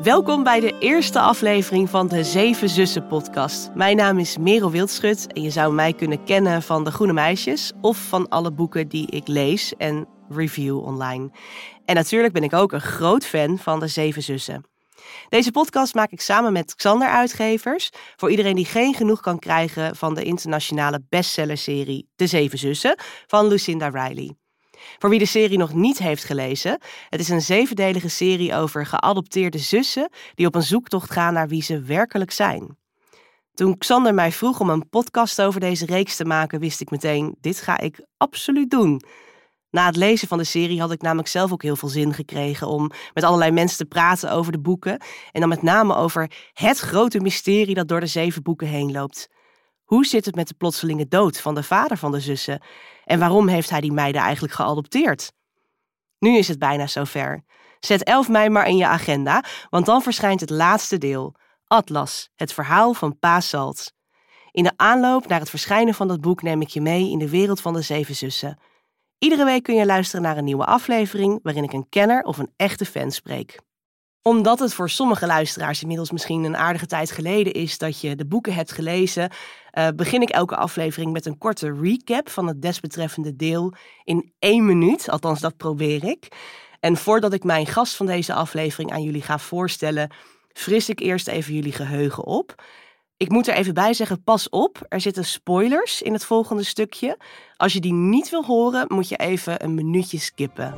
Welkom bij de eerste aflevering van de Zeven Zussen podcast. Mijn naam is Merel Wildschut en je zou mij kunnen kennen van De Groene Meisjes of van alle boeken die ik lees en review online. En natuurlijk ben ik ook een groot fan van de Zeven Zussen. Deze podcast maak ik samen met Xander Uitgevers voor iedereen die geen genoeg kan krijgen van de internationale bestsellerserie De Zeven Zussen van Lucinda Riley. Voor wie de serie nog niet heeft gelezen, het is een 7-delige serie over geadopteerde zussen die op een zoektocht gaan naar wie ze werkelijk zijn. Toen Xander mij vroeg om een podcast over deze reeks te maken, wist ik meteen, dit ga ik absoluut doen. Na het lezen van de serie had ik namelijk zelf ook heel veel zin gekregen om met allerlei mensen te praten over de boeken en dan met name over het grote mysterie dat door de 7 boeken heen loopt. Hoe zit het met de plotselinge dood van de vader van de zussen? En waarom heeft hij die meiden eigenlijk geadopteerd? Nu is het bijna zover. Zet 11 mei maar in je agenda, want dan verschijnt het laatste deel. Atlas, het verhaal van Pa Salt. In de aanloop naar het verschijnen van dat boek neem ik je mee in de wereld van de 7 zussen. Iedere week kun je luisteren naar een nieuwe aflevering waarin ik een kenner of een echte fan spreek. Omdat het voor sommige luisteraars inmiddels misschien een aardige tijd geleden is dat je de boeken hebt gelezen, begin ik elke aflevering met een korte recap van het desbetreffende deel in 1 minuut. Althans, dat probeer ik. En voordat ik mijn gast van deze aflevering aan jullie ga voorstellen, fris ik eerst even jullie geheugen op. Ik moet er even bij zeggen, pas op, er zitten spoilers in het volgende stukje. Als je die niet wil horen, moet je even een minuutje skippen.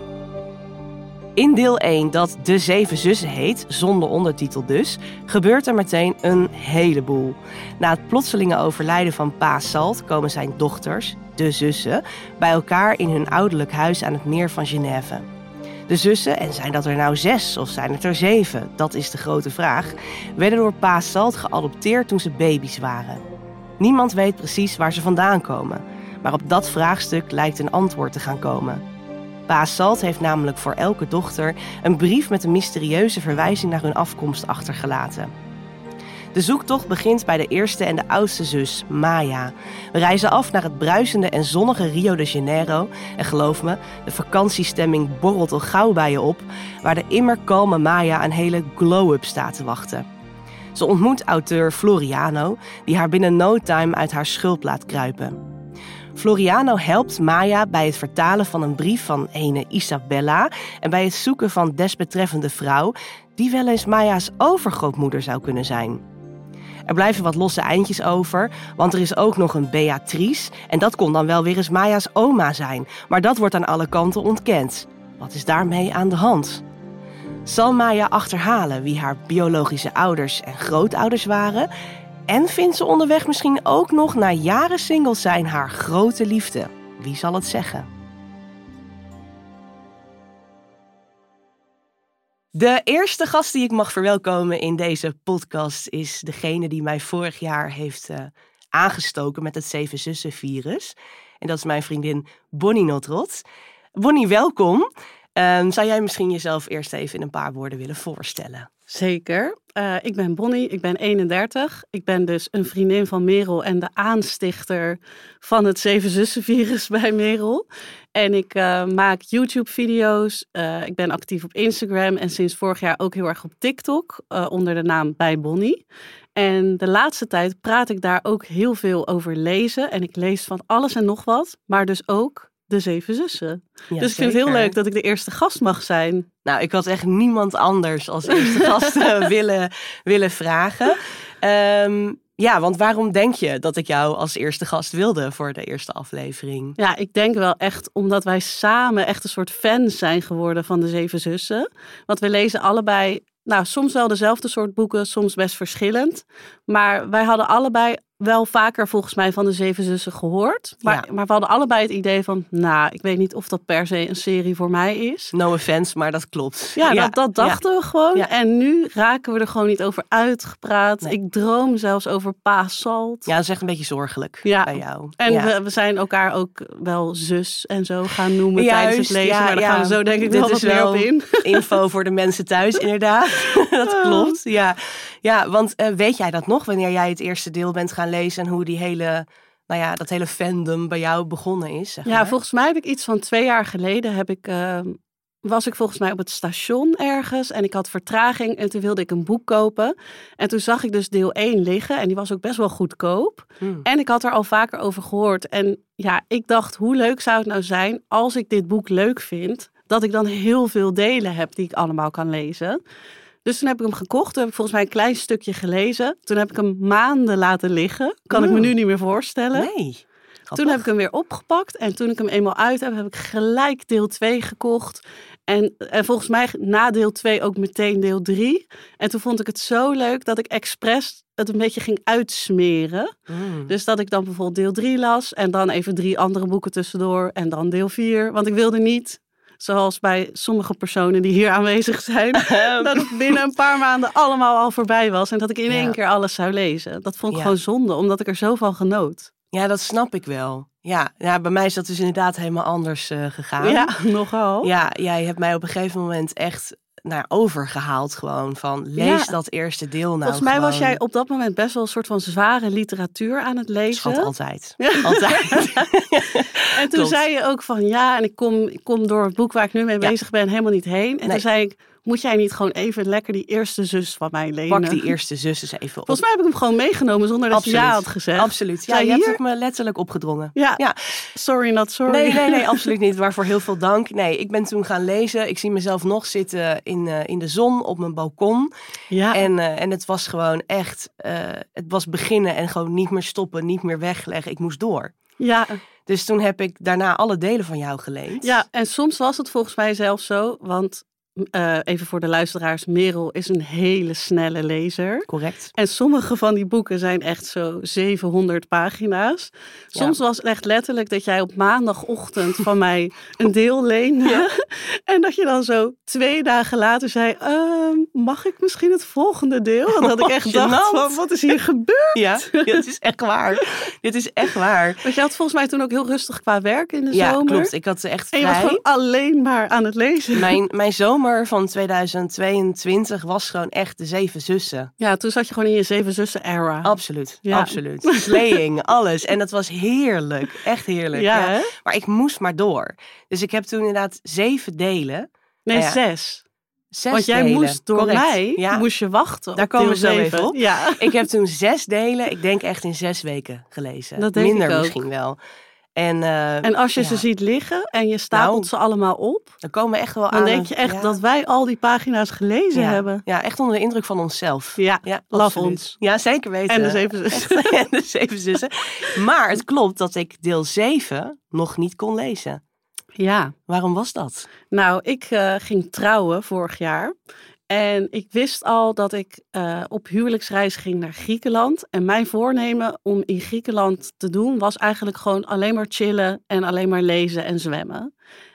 In deel 1, dat De 7 Zussen heet, zonder ondertitel dus, gebeurt er meteen een heleboel. Na het plotselinge overlijden van Pa Salt komen zijn dochters, de zussen, bij elkaar in hun ouderlijk huis aan het meer van Genève. De zussen, en zijn dat er nou 6 of zijn het er 7, dat is de grote vraag, werden door Pa Salt geadopteerd toen ze baby's waren. Niemand weet precies waar ze vandaan komen, maar op dat vraagstuk lijkt een antwoord te gaan komen. Pa Salt heeft namelijk voor elke dochter een brief met een mysterieuze verwijzing naar hun afkomst achtergelaten. De zoektocht begint bij de eerste en de oudste zus, Maya. We reizen af naar het bruisende en zonnige Rio de Janeiro. En geloof me, de vakantiestemming borrelt al gauw bij je op, waar de immer kalme Maya een hele glow-up staat te wachten. Ze ontmoet auteur Floriano, die haar binnen no time uit haar schulp laat kruipen. Floriano helpt Maya bij het vertalen van een brief van ene Isabella en bij het zoeken van desbetreffende vrouw die wel eens Maya's overgrootmoeder zou kunnen zijn. Er blijven wat losse eindjes over, want er is ook nog een Beatrice en dat kon dan wel weer eens Maya's oma zijn, maar dat wordt aan alle kanten ontkend. Wat is daarmee aan de hand? Zal Maya achterhalen wie haar biologische ouders en grootouders waren? En vindt ze onderweg misschien ook nog na jaren single zijn haar grote liefde? Wie zal het zeggen? De eerste gast die ik mag verwelkomen in deze podcast is degene die mij vorig jaar heeft aangestoken met het 7 zussen virus. En dat is mijn vriendin Bonnie Notrot. Bonnie, welkom. Zou jij misschien jezelf eerst even in een paar woorden willen voorstellen? Zeker. Ik ben Bonnie, ik ben 31. Ik ben dus een vriendin van Merel en de aanstichter van het 7 zussen virus bij Merel. En ik maak YouTube-video's. Ik ben actief op Instagram en sinds vorig jaar ook heel erg op TikTok onder de naam Bij Bonnie. En de laatste tijd praat ik daar ook heel veel over lezen. En ik lees van alles en nog wat, maar dus ook de 7 zussen. Ja, dus ik vind het heel leuk dat ik de eerste gast mag zijn. Nou, ik had echt niemand anders als eerste gast willen vragen. Ja, want waarom denk je dat ik jou als eerste gast wilde voor de eerste aflevering? Ja, ik denk wel echt omdat wij samen echt een soort fans zijn geworden van de 7 zussen. Want we lezen allebei, nou, soms wel dezelfde soort boeken, soms best verschillend. Maar wij hadden allebei wel vaker volgens mij van de 7 zussen gehoord. Maar we hadden allebei het idee van, nou, ik weet niet of dat per se een serie voor mij is. No offense, maar dat klopt. Ja, dat dachten we gewoon. Ja. En nu raken we er gewoon niet over uitgepraat. Nee. Ik droom zelfs over Pa Salt. Ja, dat is echt een beetje zorgelijk bij jou. En we zijn elkaar ook wel zus en zo gaan noemen tijdens het lezen. Maar daar gaan we zo denk ik wel wat meer op in. Info voor de mensen thuis, inderdaad. Dat klopt, ja, want weet jij dat nog, wanneer jij het eerste deel bent gaan lezen en hoe die hele, dat hele fandom bij jou begonnen is? Zeg maar. Ja, volgens mij heb ik iets van 2 jaar geleden heb ik was ik volgens mij op het station ergens en ik had vertraging en toen wilde ik een boek kopen. En toen zag ik dus deel 1 liggen en die was ook best wel goedkoop. En ik had er al vaker over gehoord. En ja, ik dacht, hoe leuk zou het nou zijn als ik dit boek leuk vind, dat ik dan heel veel delen heb die ik allemaal kan lezen. Dus toen heb ik hem gekocht. Toen heb ik volgens mij een klein stukje gelezen. Toen heb ik hem maanden laten liggen. Kan ik me nu niet meer voorstellen. Nee. Toen heb ik hem weer opgepakt. En toen ik hem eenmaal uit heb ik gelijk deel 2 gekocht. En volgens mij na deel 2 ook meteen deel 3. En toen vond ik het zo leuk dat ik expres het een beetje ging uitsmeren. Dus dat ik dan bijvoorbeeld deel 3 las. En dan even 3 andere boeken tussendoor. En dan deel 4. Want ik wilde niet, zoals bij sommige personen die hier aanwezig zijn, dat het binnen een paar maanden allemaal al voorbij was. En dat ik in één keer alles zou lezen. Dat vond ik gewoon zonde, omdat ik er zo van genoot. Ja, dat snap ik wel. Ja, bij mij is dat dus inderdaad helemaal anders gegaan. Ja, nogal. Ja, jij hebt mij op een gegeven moment echt overgehaald gewoon van lees dat eerste deel nou. Volgens mij was jij op dat moment best wel een soort van zware literatuur aan het lezen. Schat, altijd. Altijd. En toen zei je ook van en ik kom door het boek waar ik nu mee bezig ben helemaal niet heen. En toen zei ik, moet jij niet gewoon even lekker die eerste zus van mij lenen? Pak die eerste zus eens even op. Volgens mij heb ik hem gewoon meegenomen zonder dat je ja had gezegd. Absoluut. Ja, je hebt het me letterlijk opgedrongen. Ja. Sorry, not sorry. Nee, absoluut niet. Waarvoor heel veel dank. Nee, ik ben toen gaan lezen. Ik zie mezelf nog zitten in de zon op mijn balkon. Ja. En het was gewoon echt, het was beginnen en gewoon niet meer stoppen, niet meer wegleggen. Ik moest door. Ja. Dus toen heb ik daarna alle delen van jou geleend. Ja, en soms was het volgens mij zelfs zo, want even voor de luisteraars, Merel is een hele snelle lezer. Correct. En sommige van die boeken zijn echt zo 700 pagina's. Soms was het echt letterlijk dat jij op maandagochtend van mij een deel leende. Ja. En dat je dan zo 2 dagen later zei, mag ik misschien het volgende deel? Want dat ik echt dacht van, wat is hier gebeurd? Ja, het is echt waar. Dit is echt waar. Want je had volgens mij toen ook heel rustig qua werk in de zomer. Ja, klopt. Ik had echt vrij. En je was gewoon alleen maar aan het lezen. Mijn zomer van 2022 was gewoon echt de 7 zussen. Ja, toen zat je gewoon in je 7 zussen era. Absoluut, absoluut. Slaying, alles. En dat was heerlijk, echt heerlijk. Ja. Maar ik moest maar door. Dus ik heb toen inderdaad 7 delen. Nee, 6. 6 Want jij delen. moest door mij, moest je wachten. Daar komen we zo even op. Ja. Ik heb toen 6 delen, ik denk echt in 6 weken gelezen. Dat denk Minder ik ook. Misschien wel. En als je ze ziet liggen en je stapelt ze allemaal op, dan komen we echt wel dan denk je echt dat wij al die pagina's gelezen hebben. Ja, echt onder de indruk van onszelf. Ja, love ons. Ja, zeker weten. En de 7 zussen. En de 7 zussen. Maar het klopt dat ik deel 7 nog niet kon lezen. Ja. Waarom was dat? Nou, ik ging trouwen vorig jaar. En ik wist al dat ik op huwelijksreis ging naar Griekenland. En mijn voornemen om in Griekenland te doen was eigenlijk gewoon alleen maar chillen en alleen maar lezen en zwemmen.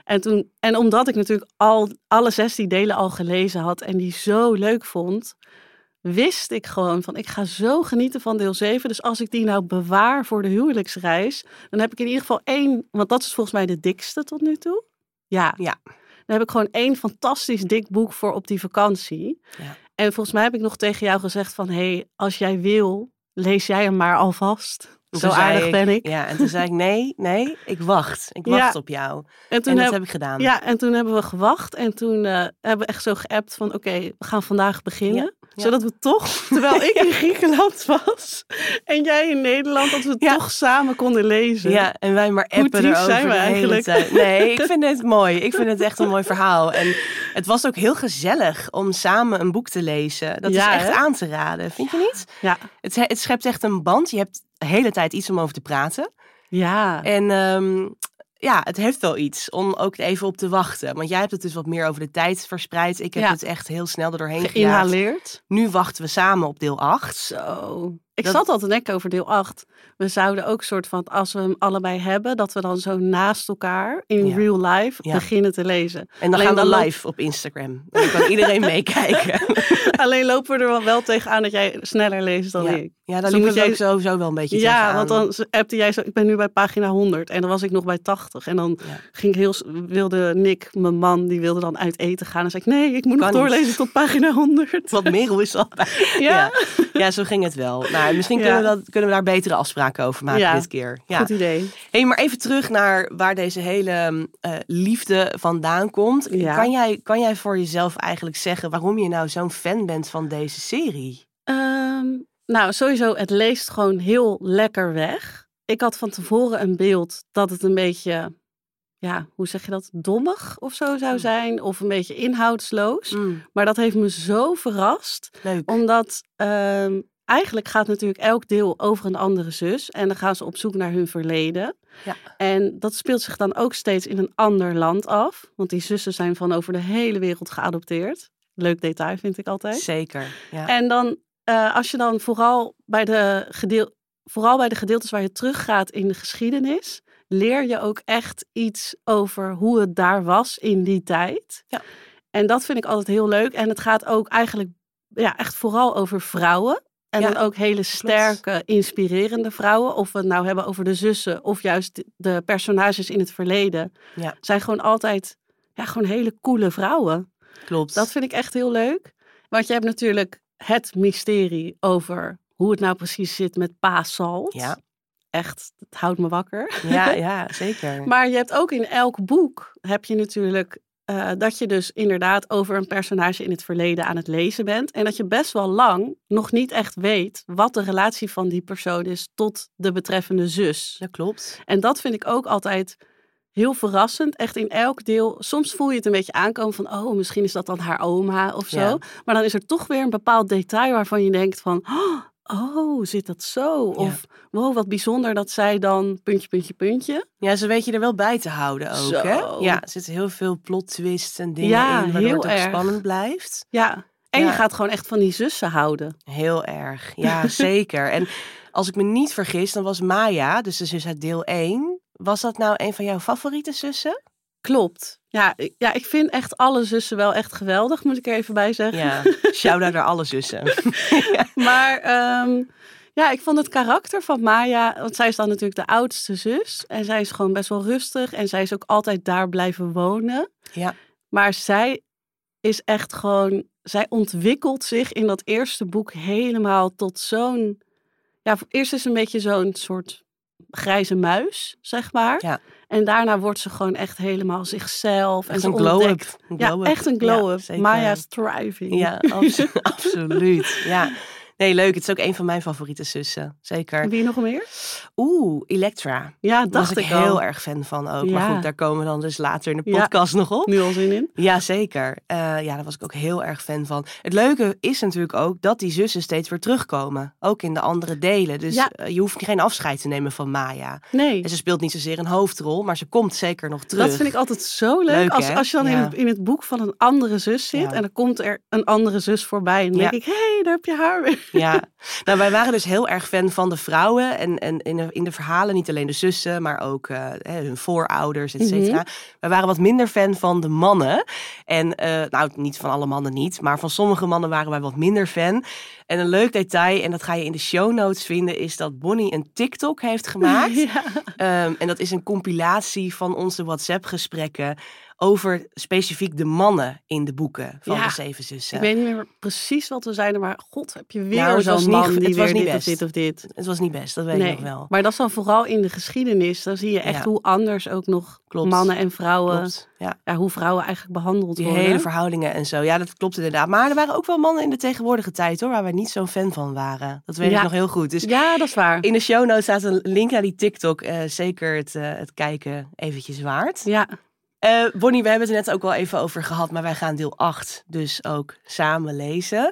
En omdat ik natuurlijk alle 16 delen al gelezen had en die zo leuk vond, wist ik gewoon van ik ga zo genieten van deel 7. Dus als ik die nou bewaar voor de huwelijksreis, dan heb ik in ieder geval 1, want dat is volgens mij de dikste tot nu toe. Ja. Dan heb ik gewoon 1 fantastisch dik boek voor op die vakantie. Ja. En volgens mij heb ik nog tegen jou gezegd van, hey, als jij wil, lees jij hem maar alvast. Zo aardig ben ik. Ja, en toen zei ik, nee, ik wacht. Ik wacht op jou. En dat heb ik gedaan. Ja, en toen hebben we gewacht. En toen hebben we echt zo geappt van, oké, we gaan vandaag beginnen. Ja. Zodat we toch, terwijl ik in Griekenland was en jij in Nederland, dat we toch samen konden lezen. Ja, en wij maar appen erover zijn we eigenlijk. Nee, ik vind het mooi. Ik vind het echt een mooi verhaal. En het was ook heel gezellig om samen een boek te lezen. Dat is echt aan te raden, vind je niet? Ja. Het schept echt een band. Je hebt de hele tijd iets om over te praten. Ja. En het heeft wel iets om ook even op te wachten. Want jij hebt het dus wat meer over de tijd verspreid. Ik heb het echt heel snel er doorheen geïnhaleerd. Nu wachten we samen op deel 8. Zo. Ik zat al te denken over deel 8. We zouden ook soort van, als we hem allebei hebben, dat we dan zo naast elkaar in real life beginnen te lezen. En dan gaan we live op Instagram. Dan kan iedereen meekijken. Alleen lopen we er wel tegenaan dat jij sneller leest dan ik. Ja, daar liepen we ook sowieso wel een beetje tegenaan. Want dan appte jij zo, ik ben nu bij pagina 100 en dan was ik nog bij 80. En dan wilde Nick, mijn man, die wilde dan uit eten gaan. En zei ik, nee, ik moet nog doorlezen tot pagina 100. Want Merel is al bij. Ja. Ja, zo ging het wel. Nou, misschien kunnen we daar betere afspraken over maken dit keer. Ja. Goed idee. Hey, maar even terug naar waar deze hele liefde vandaan komt. Ja. Kan jij voor jezelf eigenlijk zeggen waarom je nou zo'n fan bent van deze serie? Nou, sowieso, het leest gewoon heel lekker weg. Ik had van tevoren een beeld dat het een beetje, hoe zeg je dat, dommig of zo zou zijn. Of een beetje inhoudsloos. Maar dat heeft me zo verrast. Leuk. Omdat eigenlijk gaat natuurlijk elk deel over een andere zus. En dan gaan ze op zoek naar hun verleden. Ja. En dat speelt zich dan ook steeds in een ander land af. Want die zussen zijn van over de hele wereld geadopteerd. Leuk detail vind ik altijd. Zeker, ja. En dan, als je dan vooral bij de gedeeltes waar je teruggaat in de geschiedenis, leer je ook echt iets over hoe het daar was in die tijd. Ja. En dat vind ik altijd heel leuk. En het gaat ook eigenlijk echt vooral over vrouwen. En dan ook hele sterke, inspirerende vrouwen. Of we het nou hebben over de zussen of juist de personages in het verleden. Ja. Zijn gewoon altijd gewoon hele coole vrouwen. Klopt. Dat vind ik echt heel leuk. Want je hebt natuurlijk het mysterie over hoe het nou precies zit met Pa Salt. Ja. Echt, het houdt me wakker. Ja, zeker. Maar je hebt ook in elk boek heb je natuurlijk dat je dus inderdaad over een personage in het verleden aan het lezen bent. En dat je best wel lang nog niet echt weet wat de relatie van die persoon is tot de betreffende zus. Dat klopt. En dat vind ik ook altijd heel verrassend. Echt in elk deel. Soms voel je het een beetje aankomen van, misschien is dat dan haar oma of zo. Ja. Maar dan is er toch weer een bepaald detail waarvan je denkt van, zit dat zo? Ja. Of, wow, wat bijzonder dat zij dan puntje. Ja, ze weet je er wel bij te houden ook, zo. Hè? Ja, er zitten heel veel plot twists en dingen in, waardoor het ook spannend blijft. Ja, en je gaat gewoon echt van die zussen houden. Heel erg, ja, zeker. En als ik me niet vergis, dan was Maya, dus de zus uit deel 1... Was dat nou een van jouw favoriete zussen? Klopt. Ja, ik vind echt alle zussen wel echt geweldig, moet ik er even bij zeggen. Ja, shout-out naar alle zussen. Ja. Maar ik vond het karakter van Maya, want zij is dan natuurlijk de oudste zus. En zij is gewoon best wel rustig en zij is ook altijd daar blijven wonen. Ja. Maar zij is echt gewoon, zij ontwikkelt zich in dat eerste boek helemaal tot zo'n, eerst is een beetje zo'n soort grijze muis, zeg maar. Ja. En daarna wordt ze gewoon echt helemaal zichzelf. Echt en een glow-up. Echt een glow-up. Ja, Maya's thriving. Ja, absoluut. Ja. Nee, leuk. Het is ook een van mijn favoriete zussen. Zeker. Wie nog meer? Elektra. Ja, dacht daar was ik al. Heel erg fan van ook. Ja. Maar goed, daar komen we dan dus later in de podcast nog op. Nu al zin in? Ja, zeker. Daar was ik ook heel erg fan van. Het leuke is natuurlijk ook dat die zussen steeds weer terugkomen. Ook in de andere delen. Dus je hoeft geen afscheid te nemen van Maya. Nee. En ze speelt niet zozeer een hoofdrol, maar ze komt zeker nog terug. Dat vind ik altijd zo leuk. Als je dan in het boek van een andere zus zit en dan komt er een andere zus voorbij. En dan denk ik, hé, daar heb je haar weer. Ja, nou wij waren dus heel erg fan van de vrouwen en in de verhalen niet alleen de zussen, maar ook hun voorouders, et cetera. Mm-hmm. Wij waren wat minder fan van de mannen. En niet van alle mannen niet, maar van sommige mannen waren wij wat minder fan. En een leuk detail, en dat ga je in de show notes vinden, is dat Bonnie een TikTok heeft gemaakt. Ja. En dat is een compilatie van onze WhatsApp-gesprekken over specifiek de mannen in de boeken van de 7 zussen. Ik weet niet meer precies wat we zeiden, maar god, heb je weer zo'n man die weer dit of dit of dit. Het was niet best, dat weet ik nog wel. Maar dat is dan vooral in de geschiedenis. Dan zie je echt hoe anders ook nog mannen en vrouwen, hoe vrouwen eigenlijk behandeld worden. Die hele verhoudingen en zo. Ja, dat klopt inderdaad. Maar er waren ook wel mannen in de tegenwoordige tijd, hoor, waar wij niet zo'n fan van waren. Dat weet ik nog heel goed. Dus ja, dat is waar. In de show notes staat een link naar die TikTok. Zeker het kijken eventjes waard. Ja. Bonnie, we hebben het er net ook wel even over gehad, maar wij gaan deel 8 dus ook samen lezen.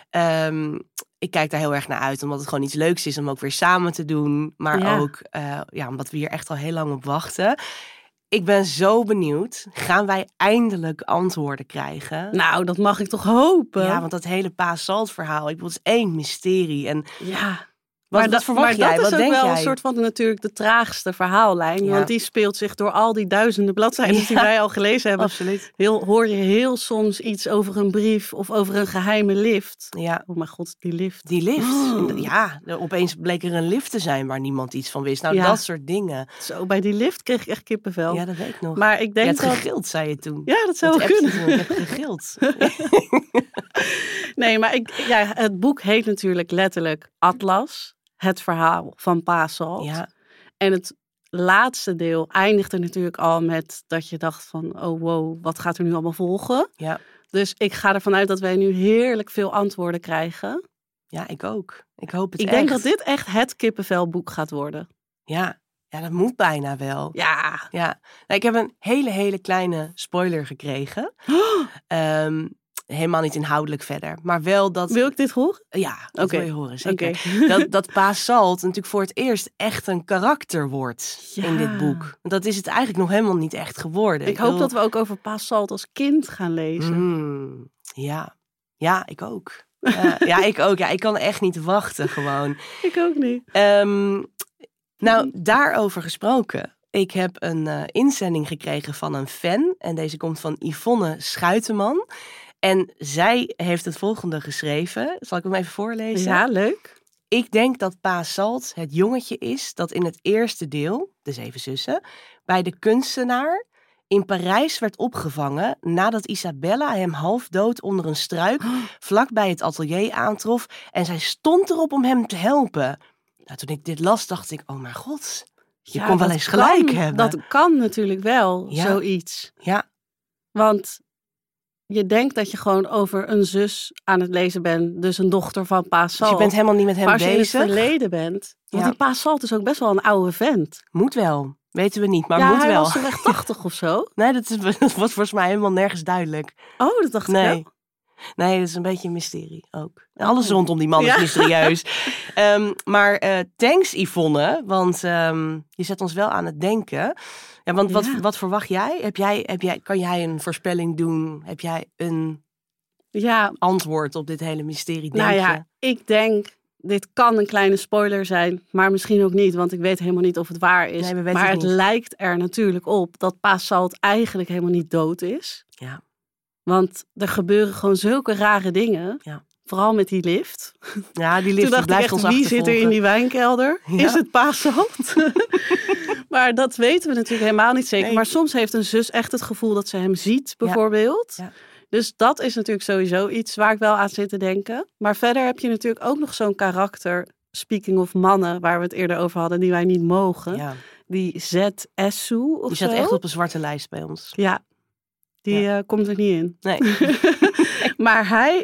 Ik kijk daar heel erg naar uit, omdat het gewoon iets leuks is om ook weer samen te doen. Maar ook omdat we hier echt al heel lang op wachten. Ik ben zo benieuwd. Gaan wij eindelijk antwoorden krijgen? Nou, dat mag ik toch hopen? Ja, want dat hele Pa Salt verhaal, het is één mysterie. En ja. Wat verwacht jij? Dat is ook wel een soort van natuurlijk de traagste verhaallijn. Ja. Want die speelt zich door al die duizenden bladzijden die wij al gelezen hebben. Absoluut. Hoor je heel soms iets over een brief of over een geheime lift. Ja. Oh mijn god, die lift. Die lift. Oh. Ja, opeens bleek er een lift te zijn waar niemand iets van wist. Nou, dat soort dingen. Zo, bij die lift kreeg ik echt kippenvel. Ja, dat weet ik nog. Maar ik denk je hebt gegild, zei je toen. Ja, dat zou wel kunnen. Ik heb gegild. Nee, maar het boek heet natuurlijk letterlijk Atlas. Het verhaal van Pa Salt. Ja. En het laatste deel eindigde natuurlijk al met dat je dacht van... oh wow, wat gaat er nu allemaal volgen? Ja. Dus ik ga ervan uit dat wij nu heerlijk veel antwoorden krijgen. Ja, ik ook. Ik hoop het Ik echt. denk dat dit echt het kippenvelboek gaat worden. Ja, dat moet bijna wel. Ja. Nou, ik heb een hele kleine spoiler gekregen. Helemaal niet inhoudelijk verder. Maar wel dat... Wil ik dit horen? Ja, dat wil je horen, zeker. Okay. Dat Pa Salt natuurlijk voor het eerst echt een karakter wordt in dit boek. Want dat is het eigenlijk nog helemaal niet echt geworden. Ik hoop dat we ook over Pa Salt als kind gaan lezen. Ja, ik ook. Ik ook. Ja, ik kan echt niet wachten gewoon. Ik ook niet. Nou, daarover gesproken. Ik heb een inzending gekregen van een fan. En deze komt van Yvonne Schuiteman. En zij heeft het volgende geschreven. Zal ik hem even voorlezen? Ja, leuk. Ik denk dat Pa Salt het jongetje is dat in het eerste deel, de 7 zussen, bij de kunstenaar in Parijs werd opgevangen nadat Isabella hem half dood onder een struik vlakbij het atelier aantrof en zij stond erop om hem te helpen. Nou, toen ik dit las, dacht ik, oh mijn god, je kon wel eens gelijk hebben. Dat kan natuurlijk wel, zoiets. Ja. Want je denkt dat je gewoon over een zus aan het lezen bent, dus een dochter van Pa Salt. Dus je bent helemaal niet met hem bezig. Maar als je in het verleden bent, want die Pa Salt is ook best wel een oude vent. Moet wel. Weten we niet, maar moet wel. Ja, hij was toch echt 80 of zo? Nee, dat wordt volgens mij helemaal nergens duidelijk. Oh, dat dacht ik wel. Nee, dat is een beetje een mysterie ook. Alles rondom die man is mysterieus. Maar thanks Yvonne, want je zet ons wel aan het denken. Ja, want wat verwacht jij? Kan jij een voorspelling doen? Heb jij een antwoord op dit hele mysterie? Nou ja, ik denk... Dit kan een kleine spoiler zijn, maar misschien ook niet, want ik weet helemaal niet of het waar is. Nee, maar het lijkt er natuurlijk op dat Pa Salt eigenlijk helemaal niet dood is. Ja. Want er gebeuren gewoon zulke rare dingen. Ja. Vooral met die lift. Ja, die lift blijft ons achtervolgen. Wie zit er in die wijnkelder? Ja. Is het Pa Salt? Maar dat weten we natuurlijk helemaal niet zeker. Nee. Maar soms heeft een zus echt het gevoel dat ze hem ziet, bijvoorbeeld. Ja. Dus dat is natuurlijk sowieso iets waar ik wel aan zit te denken. Maar verder heb je natuurlijk ook nog zo'n karakter, speaking of mannen, waar we het eerder over hadden, die wij niet mogen. Ja. Die Z.S.U. of die zo. staat echt op een zwarte lijst bij ons. Ja, die komt er niet in. Nee. Maar hij,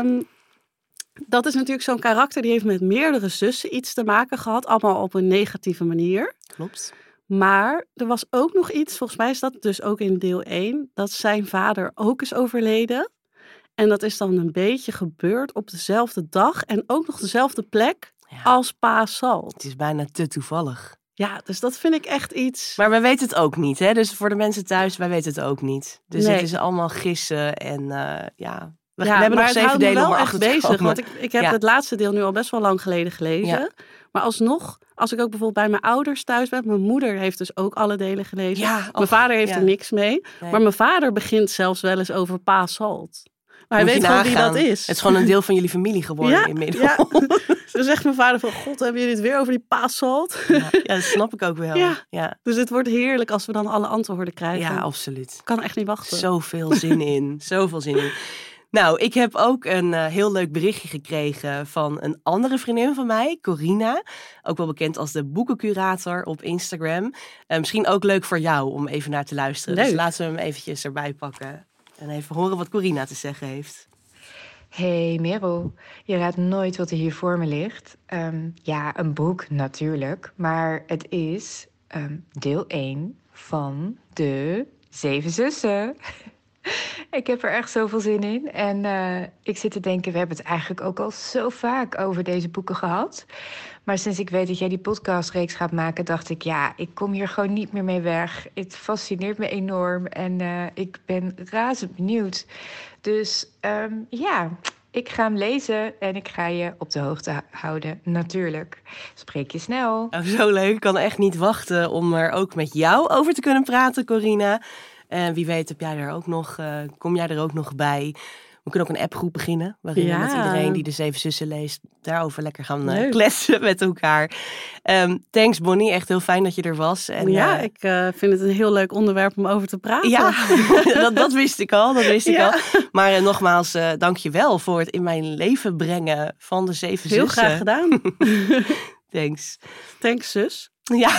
dat is natuurlijk zo'n karakter die heeft met meerdere zussen iets te maken gehad. Allemaal op een negatieve manier. Klopt. Maar er was ook nog iets, volgens mij is dat dus ook in deel 1, dat zijn vader ook is overleden. En dat is dan een beetje gebeurd op dezelfde dag en ook nog dezelfde plek als Pa Salt. Het is bijna te toevallig. Ja, dus dat vind ik echt iets. Maar wij weten het ook niet, hè? Dus voor de mensen thuis, wij weten het ook niet. Dus het is allemaal gissen en we hebben nog 7 delen om erachter te komen. Want ik heb het laatste deel nu al best wel lang geleden gelezen. Ja. Maar alsnog, als ik ook bijvoorbeeld bij mijn ouders thuis ben. Mijn moeder heeft dus ook alle delen gelezen. Ja, mijn vader heeft er niks mee. Nee. Maar mijn vader begint zelfs wel eens over Pa Salt. Maar hij weet gewoon wie dat is. Het is gewoon een deel van jullie familie geworden inmiddels. Ja. Dan zegt mijn vader van, god, hebben jullie het weer over die Pa Salt? Ja, dat snap ik ook wel. Ja. Dus het wordt heerlijk als we dan alle antwoorden krijgen. Ja, absoluut. Ik kan echt niet wachten. Zoveel zin in. Zoveel zin in. Nou, ik heb ook een heel leuk berichtje gekregen van een andere vriendin van mij, Corina. Ook wel bekend als de boekencurator op Instagram. Misschien ook leuk voor jou om even naar te luisteren. Leuk. Dus laten we hem eventjes erbij pakken. En even horen wat Corina te zeggen heeft. Hey Merel, je raadt nooit wat er hier voor me ligt. Ja, een boek natuurlijk. Maar het is deel 1 van de 7 zussen. Ik heb er echt zoveel zin in. En ik zit te denken, we hebben het eigenlijk ook al zo vaak over deze boeken gehad. Maar sinds ik weet dat jij die podcastreeks gaat maken, dacht ik, ja, ik kom hier gewoon niet meer mee weg. Het fascineert me enorm en ik ben razend benieuwd. Dus ik ga hem lezen en ik ga je op de hoogte houden, natuurlijk. Spreek je snel. Oh, zo leuk. Ik kan echt niet wachten om er ook met jou over te kunnen praten, Corina. En wie weet kom jij er ook nog bij. We kunnen ook een appgroep beginnen. Waarin we met iedereen die de 7 Zussen leest daarover lekker gaan kletsen met elkaar. Thanks Bonnie, echt heel fijn dat je er was. En, ik vind het een heel leuk onderwerp om over te praten. Ja, dat wist ik al. Maar nogmaals, dank je wel voor het in mijn leven brengen van de 7 Zussen. Heel graag gedaan. Thanks. Thanks zus. Ja.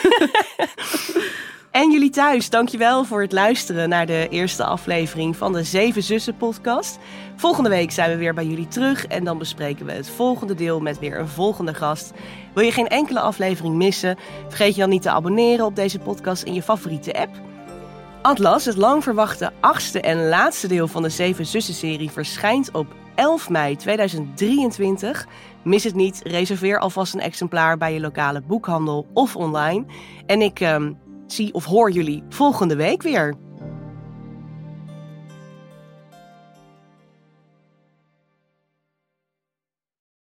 En jullie thuis, dankjewel voor het luisteren naar de eerste aflevering van de 7 Zussen podcast. Volgende week zijn we weer bij jullie terug en dan bespreken we het volgende deel met weer een volgende gast. Wil je geen enkele aflevering missen? Vergeet je dan niet te abonneren op deze podcast in je favoriete app. Atlas, het lang verwachte 8e en laatste deel van de 7 Zussen-serie, verschijnt op 11 mei 2023. Mis het niet, reserveer alvast een exemplaar bij je lokale boekhandel of online. En ik zie of hoor jullie volgende week weer.